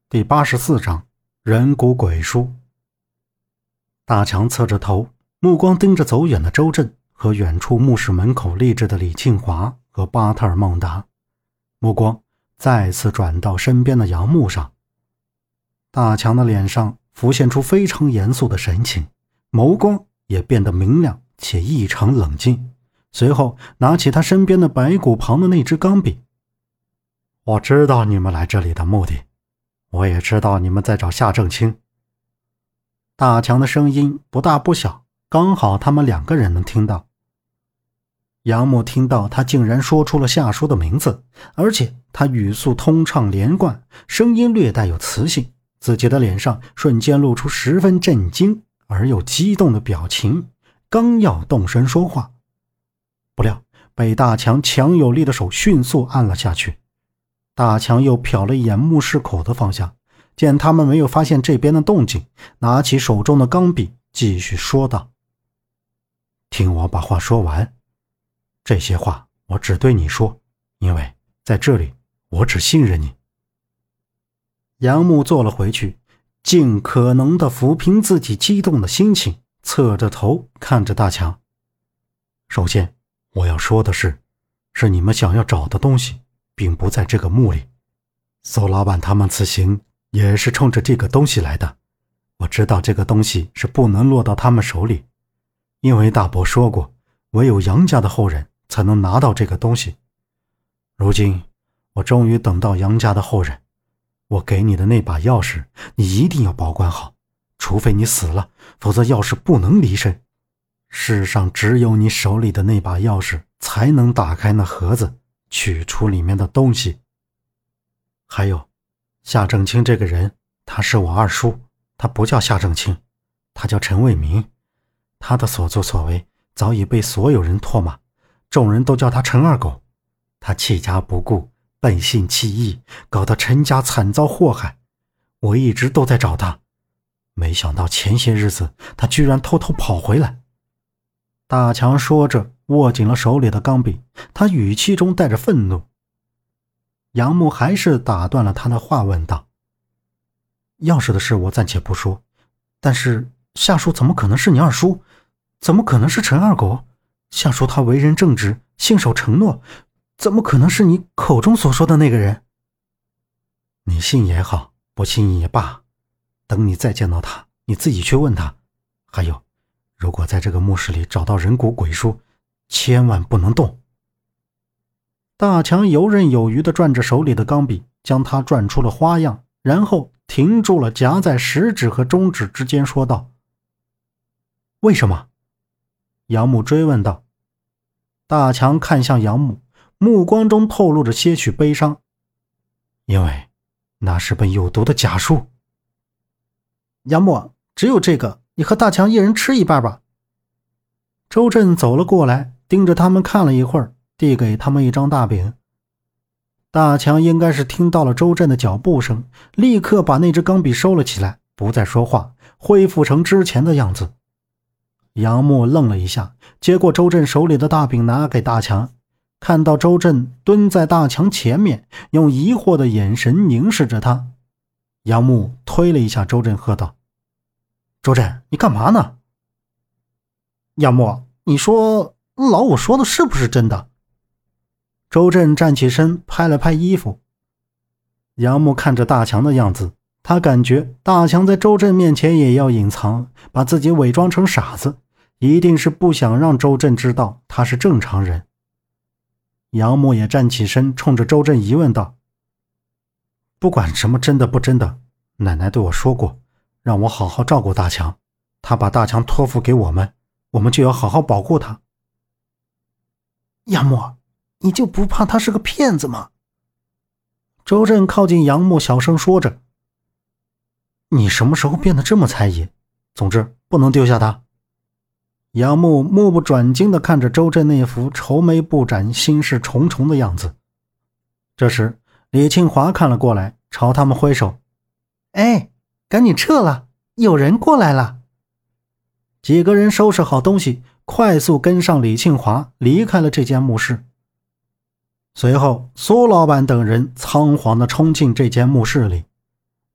第84章人骨鬼书。大强侧着头，目光盯着走远的周震和远处墓室门口立着的李庆华和巴特尔孟达，目光再次转到身边的杨木上。大强的脸上浮现出非常严肃的神情，眸光也变得明亮且异常冷静，随后拿起他身边的白骨旁的那支钢笔。我知道你们来这里的目的，我也知道你们在找夏正清。大强的声音不大不小，刚好他们两个人能听到。杨木听到他竟然说出了夏叔的名字，而且他语速通畅连贯，声音略带有磁性，自己的脸上瞬间露出十分震惊而又激动的表情，刚要动身说话，不料被大强强有力的手迅速按了下去。大强又瞟了一眼墓室口的方向，见他们没有发现这边的动静，拿起手中的钢笔继续说道：听我把话说完，这些话我只对你说，因为在这里我只信任你。杨木坐了回去，尽可能地抚平自己激动的心情，侧着头看着大强。首先我要说的是你们想要找的东西并不在这个墓里，苏老板他们此行也是冲着这个东西来的。我知道这个东西是不能落到他们手里，因为大伯说过，唯有杨家的后人才能拿到这个东西。如今我终于等到杨家的后人，我给你的那把钥匙你一定要保管好，除非你死了，否则钥匙不能离身。世上只有你手里的那把钥匙才能打开那盒子，取出里面的东西。还有，夏正清这个人，他是我二叔，他不叫夏正清，他叫陈卫民。他的所作所为早已被所有人唾骂，众人都叫他陈二狗。他弃家不顾，背信弃义，搞得陈家惨遭祸害。我一直都在找他，没想到前些日子他居然偷偷跑回来。大强说着握紧了手里的钢笔，他语气中带着愤怒。杨木还是打断了他的话，问道：钥匙的事我暂且不说，但是夏叔怎么可能是你二叔？怎么可能是陈二狗？夏叔他为人正直，信守承诺，怎么可能是你口中所说的那个人？你信也好，不信也罢，等你再见到他，你自己去问他。还有，如果在这个墓室里找到人骨鬼书，千万不能动。大强游刃有余地转着手里的钢笔，将它转出了花样，然后停住了，夹在食指和中指之间，说道：为什么？杨木追问道。大强看向杨木，目光中透露着些许悲伤。因为那是本有毒的假书。杨木，只有这个，你和大强一人吃一半吧。周震走了过来，盯着他们看了一会儿，递给他们一张大饼。大强应该是听到了周震的脚步声，立刻把那支钢笔收了起来，不再说话，恢复成之前的样子。杨木愣了一下，接过周震手里的大饼拿给大强，看到周震蹲在大强前面，用疑惑的眼神凝视着他。杨木推了一下周震，喝道：周震，你干嘛呢？杨木，你说老五说的是不是真的？周震站起身，拍了拍衣服。杨木看着大强的样子，他感觉大强在周震面前也要隐藏，把自己伪装成傻子，一定是不想让周震知道他是正常人。杨木也站起身，冲着周震疑问道：不管什么真的不真的，奶奶对我说过，让我好好照顾大强，他把大强托付给我们，我们就要好好保护他。杨木，你就不怕他是个骗子吗？周震靠近杨木，小声说着。你什么时候变得这么猜疑？总之不能丢下他。杨木目不转睛地看着周震那副愁眉不展、心事重重的样子。这时李庆华看了过来，朝他们挥手：哎，赶紧撤了，有人过来了。几个人收拾好东西，快速跟上李庆华离开了这间墓室。随后苏老板等人仓皇地冲进这间墓室里，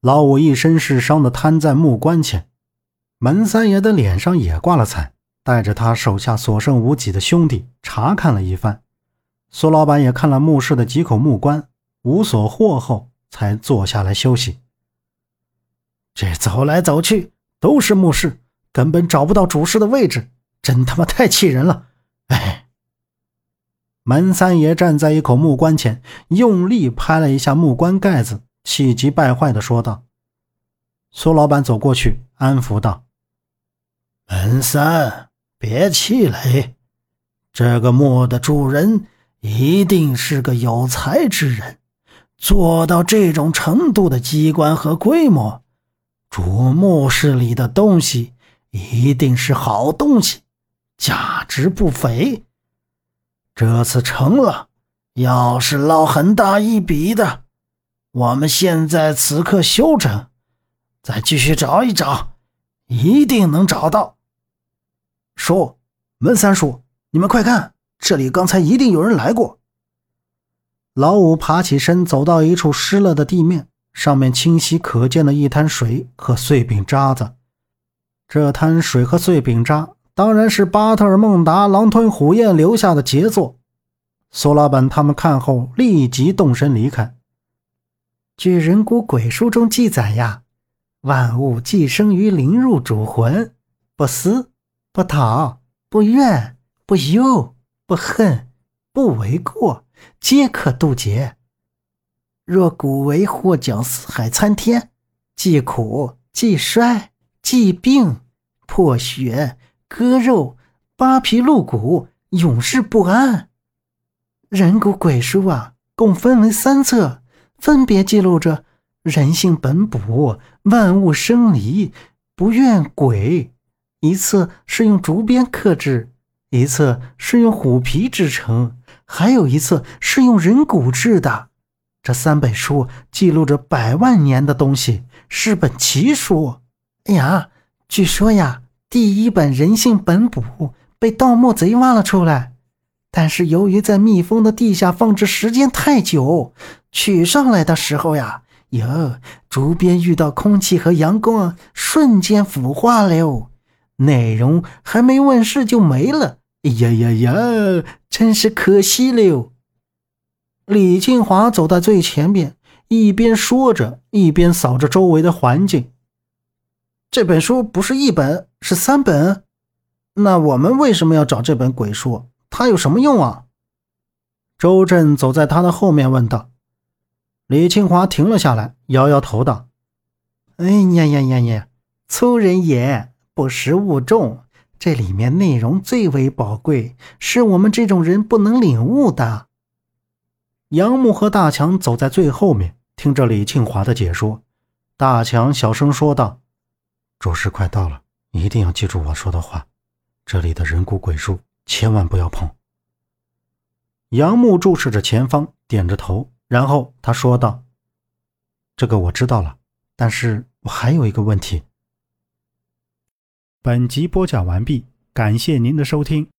老五一身是伤的瘫在木棺前，门三爷的脸上也挂了彩，带着他手下所剩无几的兄弟查看了一番。苏老板也看了墓室的几口木棺，无所获后才坐下来休息。这走来走去都是墓室，根本找不到主尸的位置，真他妈太气人了。哎，门三爷站在一口木棺前，用力拍了一下木棺盖子，气急败坏地说道。苏老板走过去安抚道：门三，别气馁，这个墓的主人一定是个有才之人，做到这种程度的机关和规模，主墓室里的东西一定是好东西，价值不菲。这次成了，要是捞很大一笔的。我们现在此刻休整，再继续找一找，一定能找到。叔，门三叔，你们快看，这里刚才一定有人来过。老五爬起身，走到一处湿了的地面，上面清晰可见了一滩水和碎饼渣子。这滩水和碎饼渣当然是巴特尔孟达狼吞虎咽留下的杰作。苏老板他们看后立即动身离开。据人骨鬼书中记载呀，万物寄生于灵入主魂，不思不讨不怨不忧不恨不为过，皆可渡劫。若骨为祸搅四海参天，既苦既衰既病破血割肉扒皮露骨，永世不安。人骨鬼书啊，共分为3册，分别记录着人性本补、万物生离、不怨鬼。一册是用竹编刻制，一册是用虎皮制成，还有一册是用人骨制的。这3本书记录着100万年的东西，是本奇书。哎呀，据说呀，第1本人性本补被盗墓贼挖了出来，但是由于在密封的地下放置时间太久，取上来的时候呀，竹编遇到空气和阳光，瞬间腐化了，内容还没问世就没了。呀，真是可惜了。李庆华走在最前边，一边说着，一边扫着周围的环境。这本书不是1本，是3本？那我们为什么要找这本鬼书？它有什么用啊？周震走在他的后面问道。李庆华停了下来，摇摇头道：哎呀，粗人言，不识物众，这里面内容最为宝贵，是我们这种人不能领悟的。杨木和大强走在最后面，听着李庆华的解说。大强小声说道：主事快到了，一定要记住我说的话，这里的人骨鬼书千万不要碰。杨木注视着前方，点着头，然后他说道：这个我知道了，但是我还有一个问题。本集播讲完毕，感谢您的收听。